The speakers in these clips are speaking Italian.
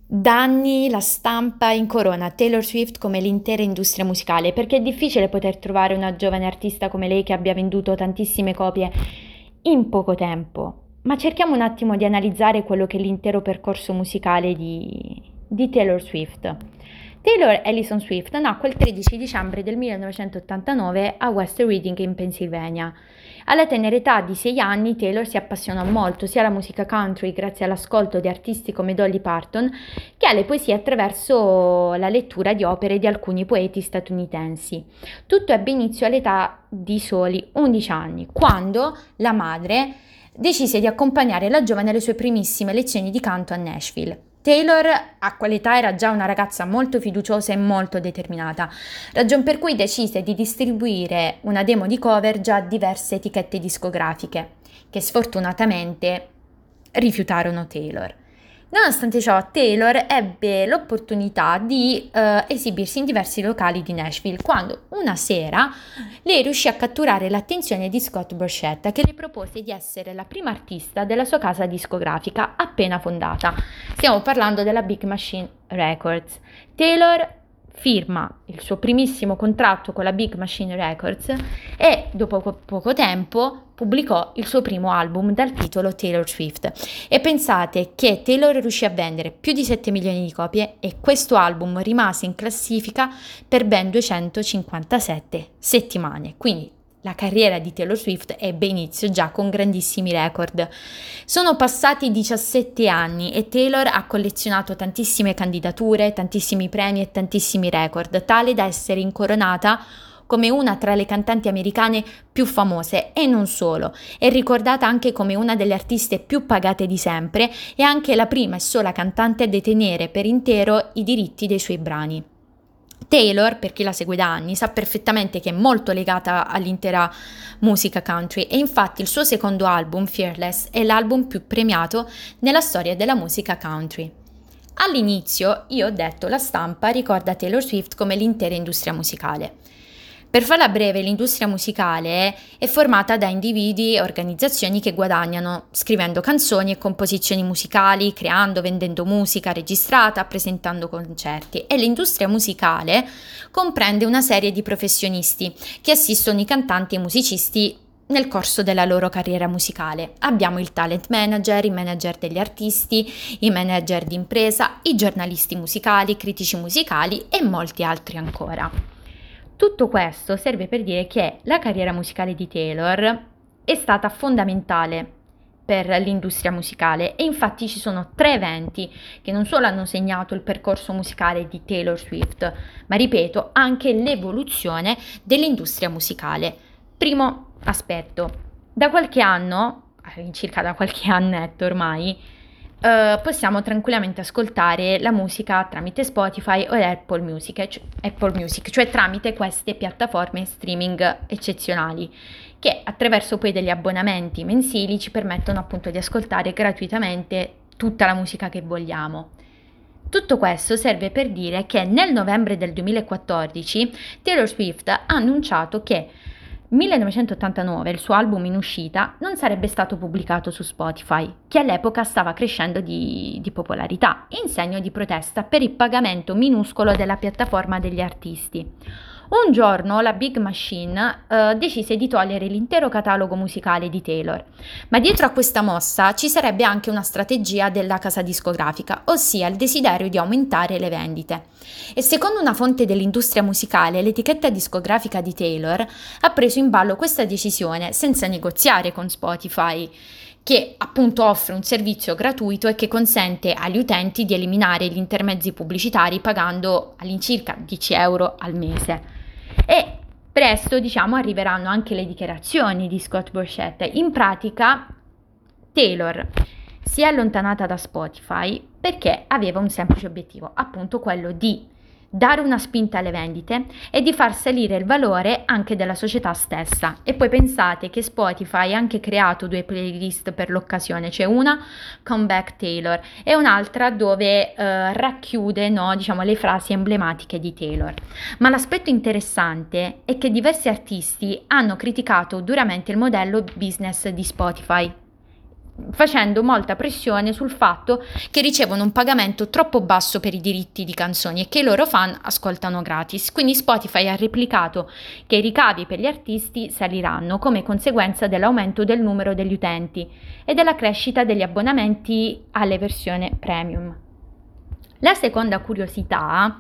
Da anni la stampa incorona Taylor Swift come l'intera industria musicale, perché è difficile poter trovare una giovane artista come lei che abbia venduto tantissime copie in poco tempo. Ma cerchiamo un attimo di analizzare quello che è l'intero percorso musicale di Taylor Swift. Taylor Allison Swift nacque il 13 dicembre del 1989 a West Reading in Pennsylvania. Alla tenera età di 6 anni Taylor si appassionò molto sia alla musica country grazie all'ascolto di artisti come Dolly Parton che alle poesie attraverso la lettura di opere di alcuni poeti statunitensi. Tutto ebbe inizio all'età di soli 11 anni, quando la madre decise di accompagnare la giovane alle sue primissime lezioni di canto a Nashville. Taylor a quell'età era già una ragazza molto fiduciosa e molto determinata, ragion per cui decise di distribuire una demo di cover già a diverse etichette discografiche, che sfortunatamente rifiutarono Taylor. Nonostante ciò, Taylor ebbe l'opportunità di esibirsi in diversi locali di Nashville, quando una sera lei riuscì a catturare l'attenzione di Scott Borchetta, che le propose di essere la prima artista della sua casa discografica appena fondata. Stiamo parlando della Big Machine Records. Taylor firma il suo primissimo contratto con la Big Machine Records e dopo poco tempo pubblicò il suo primo album dal titolo Taylor Swift. E pensate che Taylor riuscì a vendere più di 7 milioni di copie e questo album rimase in classifica per ben 257 settimane. Quindi la carriera di Taylor Swift ebbe inizio già con grandissimi record. Sono passati 17 anni e Taylor ha collezionato tantissime candidature, tantissimi premi e tantissimi record, tale da essere incoronata come una tra le cantanti americane più famose e non solo, è ricordata anche come una delle artiste più pagate di sempre e anche la prima e sola cantante a detenere per intero i diritti dei suoi brani. Taylor, per chi la segue da anni, sa perfettamente che è molto legata all'intera musica country e infatti il suo secondo album, Fearless, è l'album più premiato nella storia della musica country. All'inizio, io ho detto, la stampa ricorda Taylor Swift come l'intera industria musicale. Per farla breve, l'industria musicale è formata da individui e organizzazioni che guadagnano scrivendo canzoni e composizioni musicali, creando, vendendo musica registrata, presentando concerti. E l'industria musicale comprende una serie di professionisti che assistono i cantanti e i musicisti nel corso della loro carriera musicale. Abbiamo il talent manager, i manager degli artisti, i manager di impresa, i giornalisti musicali, i critici musicali e molti altri ancora. Tutto questo serve per dire che la carriera musicale di Taylor è stata fondamentale per l'industria musicale e infatti ci sono 3 eventi che non solo hanno segnato il percorso musicale di Taylor Swift, ma ripeto anche l'evoluzione dell'industria musicale. Primo aspetto, da qualche anno, circa da qualche annetto ormai, possiamo tranquillamente ascoltare la musica tramite Spotify o Apple Music, cioè tramite queste piattaforme streaming eccezionali che attraverso poi degli abbonamenti mensili ci permettono appunto di ascoltare gratuitamente tutta la musica che vogliamo. Tutto questo serve per dire che nel novembre del 2014 Taylor Swift ha annunciato che 1989, il suo album in uscita, non sarebbe stato pubblicato su Spotify, che all'epoca stava crescendo di popolarità, in segno di protesta per il pagamento minuscolo della piattaforma degli artisti. Un giorno la Big Machine decise di togliere l'intero catalogo musicale di Taylor, ma dietro a questa mossa ci sarebbe anche una strategia della casa discografica, ossia il desiderio di aumentare le vendite. E secondo una fonte dell'industria musicale, l'etichetta discografica di Taylor ha preso in ballo questa decisione senza negoziare con Spotify, che appunto offre un servizio gratuito e che consente agli utenti di eliminare gli intermezzi pubblicitari pagando all'incirca 10 euro al mese. E presto, arriveranno anche le dichiarazioni di Scott Borchetta. In pratica, Taylor si è allontanata da Spotify perché aveva un semplice obiettivo, appunto quello di dare una spinta alle vendite e di far salire il valore anche della società stessa. E poi pensate che Spotify ha anche creato 2 playlist per l'occasione, c'è una Comeback Taylor e un'altra dove racchiude le frasi emblematiche di Taylor. Ma l'aspetto interessante è che diversi artisti hanno criticato duramente il modello business di Spotify. facendo molta pressione sul fatto che ricevono un pagamento troppo basso per i diritti di canzoni e che i loro fan ascoltano gratis. Quindi Spotify ha replicato che i ricavi per gli artisti saliranno come conseguenza dell'aumento del numero degli utenti e della crescita degli abbonamenti alle versioni premium. La seconda curiosità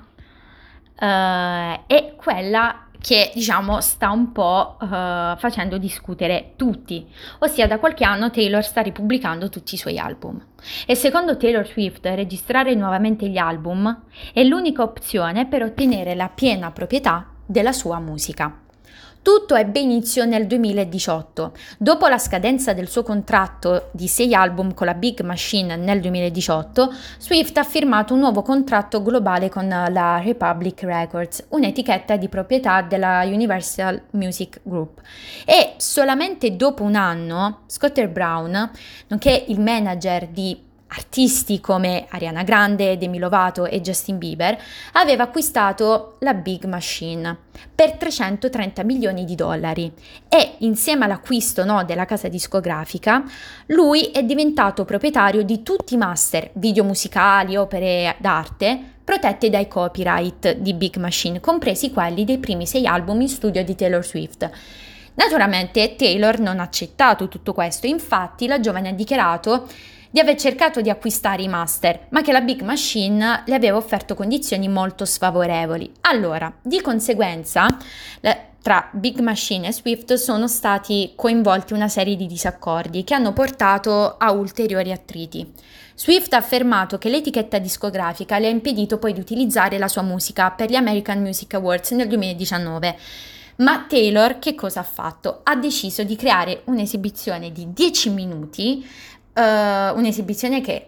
è quella che diciamo sta un po' facendo discutere tutti, ossia da qualche anno Taylor sta ripubblicando tutti i suoi album e secondo Taylor Swift registrare nuovamente gli album è l'unica opzione per ottenere la piena proprietà della sua musica. Tutto ebbe inizio nel 2018. Dopo la scadenza del suo contratto di 6 album con la Big Machine nel 2018, Swift ha firmato un nuovo contratto globale con la Republic Records, un'etichetta di proprietà della Universal Music Group. E solamente dopo un anno, Scooter Braun, nonché il manager di artisti come Ariana Grande, Demi Lovato e Justin Bieber, aveva acquistato la Big Machine per $330 milioni e insieme all'acquisto della casa discografica lui è diventato proprietario di tutti i master, video musicali, opere d'arte protette dai copyright di Big Machine, compresi quelli dei primi 6 album in studio di Taylor Swift. Naturalmente Taylor non ha accettato tutto questo, infatti la giovane ha dichiarato di aver cercato di acquistare i master, ma che la Big Machine le aveva offerto condizioni molto sfavorevoli. Allora, di conseguenza, tra Big Machine e Swift sono stati coinvolti una serie di disaccordi che hanno portato a ulteriori attriti. Swift ha affermato che l'etichetta discografica le ha impedito poi di utilizzare la sua musica per gli American Music Awards nel 2019. Ma Taylor che cosa ha fatto? Ha deciso di creare un'esibizione di 10 minuti, un'esibizione che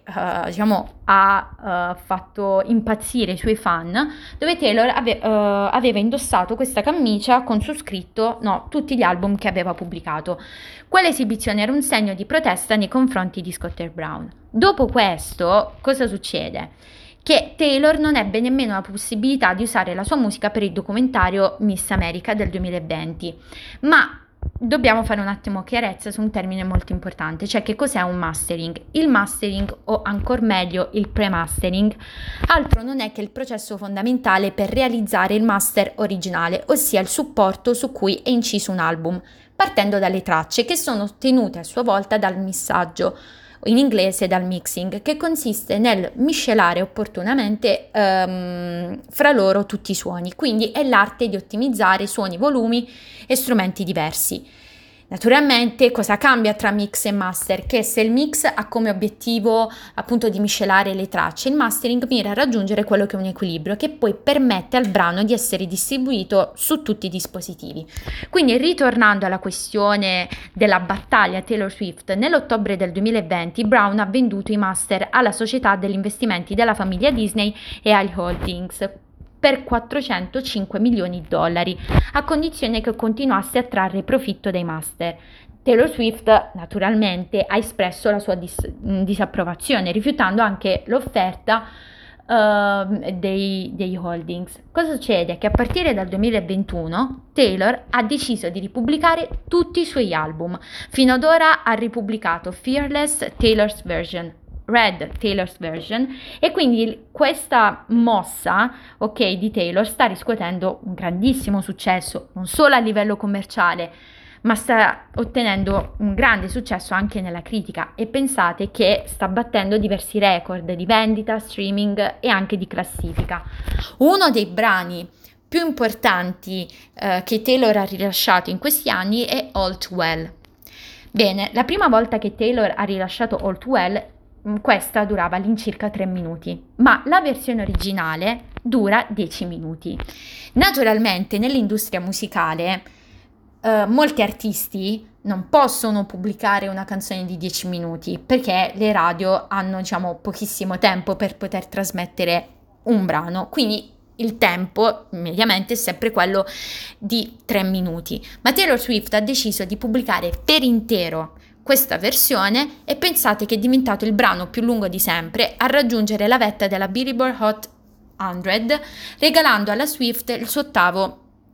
ha fatto impazzire i suoi fan, dove Taylor aveva indossato questa camicia con su scritto tutti gli album che aveva pubblicato. Quell'esibizione era un segno di protesta nei confronti di Scooter Braun. Dopo questo cosa succede? Che Taylor non ebbe nemmeno la possibilità di usare la sua musica per il documentario Miss America del 2020, ma dobbiamo fare un attimo chiarezza su un termine molto importante, cioè che cos'è un mastering. Il mastering, o ancor meglio il pre-mastering, altro non è che il processo fondamentale per realizzare il master originale, ossia il supporto su cui è inciso un album, partendo dalle tracce che sono ottenute a sua volta dal missaggio, in inglese dal mixing, che consiste nel miscelare opportunamente fra loro tutti i suoni, quindi è l'arte di ottimizzare suoni, volumi e strumenti diversi. Naturalmente cosa cambia tra mix e master? Che se il mix ha come obiettivo appunto di miscelare le tracce, il mastering mira a raggiungere quello che è un equilibrio che poi permette al brano di essere distribuito su tutti i dispositivi. Quindi ritornando alla questione della battaglia Taylor Swift, nell'ottobre del 2020 Brown ha venduto i master alla società degli investimenti della famiglia Disney e agli holdings per $405 milioni, a condizione che continuasse a trarre profitto dai master. Taylor Swift naturalmente ha espresso la sua disapprovazione, rifiutando anche l'offerta dei holdings. Cosa succede? Che a partire dal 2021 Taylor ha deciso di ripubblicare tutti i suoi album. Fino ad ora ha ripubblicato Fearless, Taylor's Version, Red, Taylor's Version, e quindi questa mossa di Taylor sta riscuotendo un grandissimo successo non solo a livello commerciale, ma sta ottenendo un grande successo anche nella critica, e pensate che sta battendo diversi record di vendita, streaming e anche di classifica. Uno dei brani più importanti che Taylor ha rilasciato in questi anni è All Too Well. Bene, la prima volta che Taylor ha rilasciato All Too Well, questa durava all'incirca 3 minuti, ma la versione originale dura 10 minuti. Naturalmente nell'industria musicale molti artisti non possono pubblicare una canzone di 10 minuti perché le radio hanno pochissimo tempo per poter trasmettere un brano, quindi il tempo mediamente è sempre quello di 3 minuti. Ma Taylor Swift ha deciso di pubblicare per intero questa versione e pensate che è diventato il brano più lungo di sempre a raggiungere la vetta della Billboard Hot 100, regalando alla Swift il suo ottavo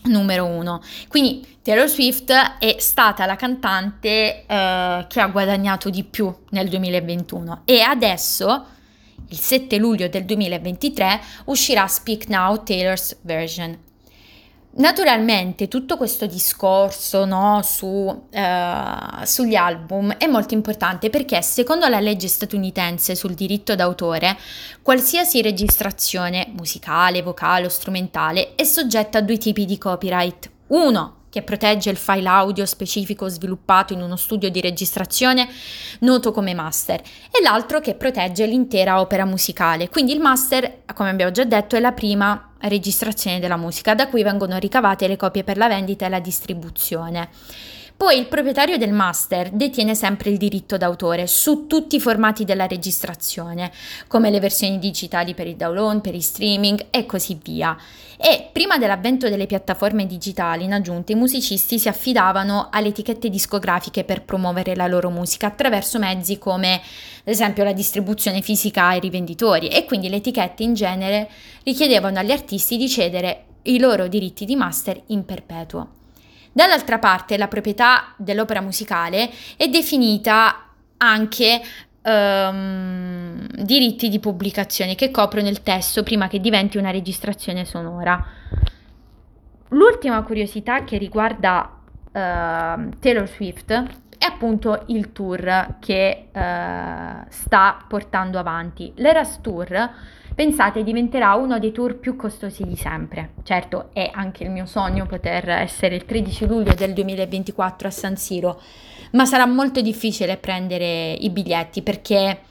numero uno. Quindi Taylor Swift è stata la cantante che ha guadagnato di più nel 2021 e adesso, il 7 luglio del 2023, uscirà Speak Now Taylor's Version. Naturalmente tutto questo discorso, no, sugli album è molto importante perché secondo la legge statunitense sul diritto d'autore qualsiasi registrazione musicale, vocale o strumentale è soggetta a due tipi di copyright. Uno che protegge il file audio specifico sviluppato in uno studio di registrazione noto come master e l'altro che protegge l'intera opera musicale. Quindi il master, come abbiamo già detto, è la prima registrazione della musica, da cui vengono ricavate le copie per la vendita e la distribuzione. Poi il proprietario del master detiene sempre il diritto d'autore su tutti i formati della registrazione, come le versioni digitali per il download, per il streaming e così via. E prima dell'avvento delle piattaforme digitali, in aggiunta, i musicisti si affidavano alle etichette discografiche per promuovere la loro musica attraverso mezzi come, ad esempio, la distribuzione fisica ai rivenditori, e quindi le etichette in genere richiedevano agli artisti di cedere i loro diritti di master in perpetuo. Dall'altra parte, la proprietà dell'opera musicale è definita anche diritti di pubblicazione che coprono il testo prima che diventi una registrazione sonora. L'ultima curiosità che riguarda Taylor Swift è appunto il tour che sta portando avanti. L'Eras Tour, pensate, diventerà uno dei tour più costosi di sempre. Certo, è anche il mio sogno poter essere il 13 luglio del 2024 a San Siro, ma sarà molto difficile prendere i biglietti perché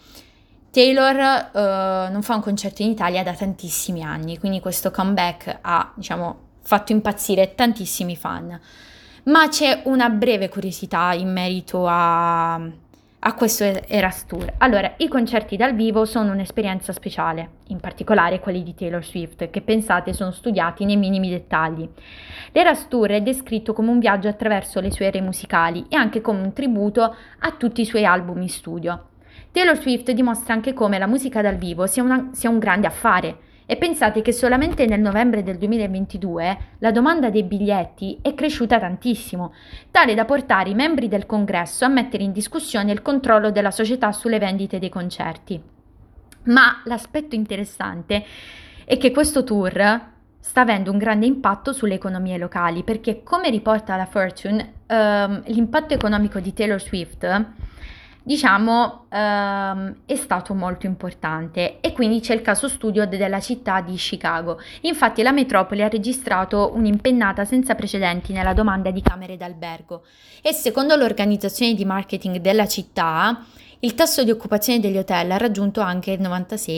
Taylor non fa un concerto in Italia da tantissimi anni, quindi questo comeback ha, diciamo, fatto impazzire tantissimi fan. Ma c'è una breve curiosità in merito a questo Eras Tour. Allora, i concerti dal vivo sono un'esperienza speciale, in particolare quelli di Taylor Swift, che pensate sono studiati nei minimi dettagli. L'Eras Tour è descritto come un viaggio attraverso le sue ere musicali e anche come un tributo a tutti i suoi album in studio. Taylor Swift dimostra anche come la musica dal vivo sia un grande affare. E pensate che solamente nel novembre del 2022 la domanda dei biglietti è cresciuta tantissimo, tale da portare i membri del congresso a mettere in discussione il controllo della società sulle vendite dei concerti. Ma l'aspetto interessante è che questo tour sta avendo un grande impatto sulle economie locali, perché come riporta la Fortune, l'impatto economico di Taylor Swift, diciamo, è stato molto importante, e quindi c'è il caso studio della città di Chicago. Infatti la metropoli ha registrato un'impennata senza precedenti nella domanda di camere d'albergo e secondo l'organizzazione di marketing della città il tasso di occupazione degli hotel ha raggiunto anche il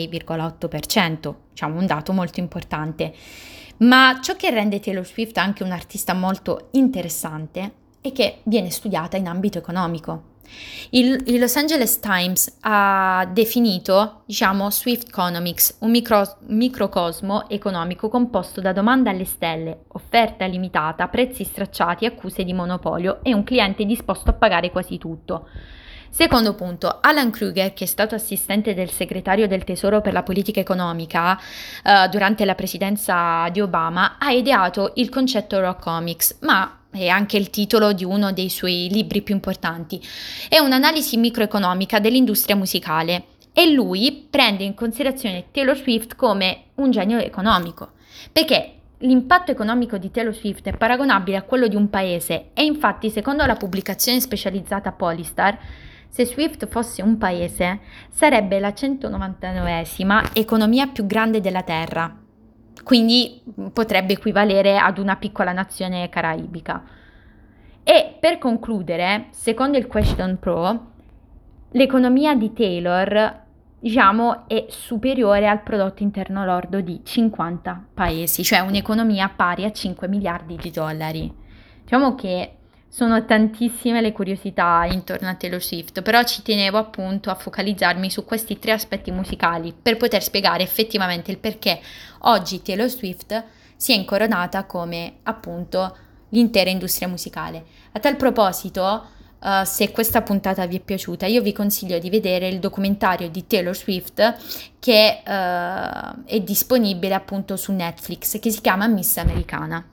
96,8%, diciamo un dato molto importante. Ma ciò che rende Taylor Swift anche un'artista molto interessante è che viene studiata in ambito economico. Il Los Angeles Times ha definito, diciamo, Swift Economics, un microcosmo economico composto da domanda alle stelle, offerta limitata, prezzi stracciati, accuse di monopolio e un cliente disposto a pagare quasi tutto. Secondo punto, Alan Kruger, che è stato assistente del segretario del Tesoro per la politica economica durante la presidenza di Obama, ha ideato il concetto Rock Comics, ma è anche il titolo di uno dei suoi libri più importanti. È un'analisi microeconomica dell'industria musicale e lui prende in considerazione Taylor Swift come un genio economico, perché l'impatto economico di Taylor Swift è paragonabile a quello di un paese e infatti, secondo la pubblicazione specializzata Polystar, se Swift fosse un paese sarebbe la 199esima economia più grande della Terra. Quindi potrebbe equivalere ad una piccola nazione caraibica. E per concludere, secondo il Question Pro, l'economia di Taylor, diciamo, è superiore al prodotto interno lordo di 50 paesi, cioè un'economia pari a 5 miliardi di dollari. Diciamo che sono tantissime le curiosità intorno a Taylor Swift, però ci tenevo appunto a focalizzarmi su questi tre aspetti musicali per poter spiegare effettivamente il perché oggi Taylor Swift si è incoronata come appunto l'intera industria musicale. A tal proposito, se questa puntata vi è piaciuta, io vi consiglio di vedere il documentario di Taylor Swift che è disponibile appunto su Netflix, che si chiama Miss Americana.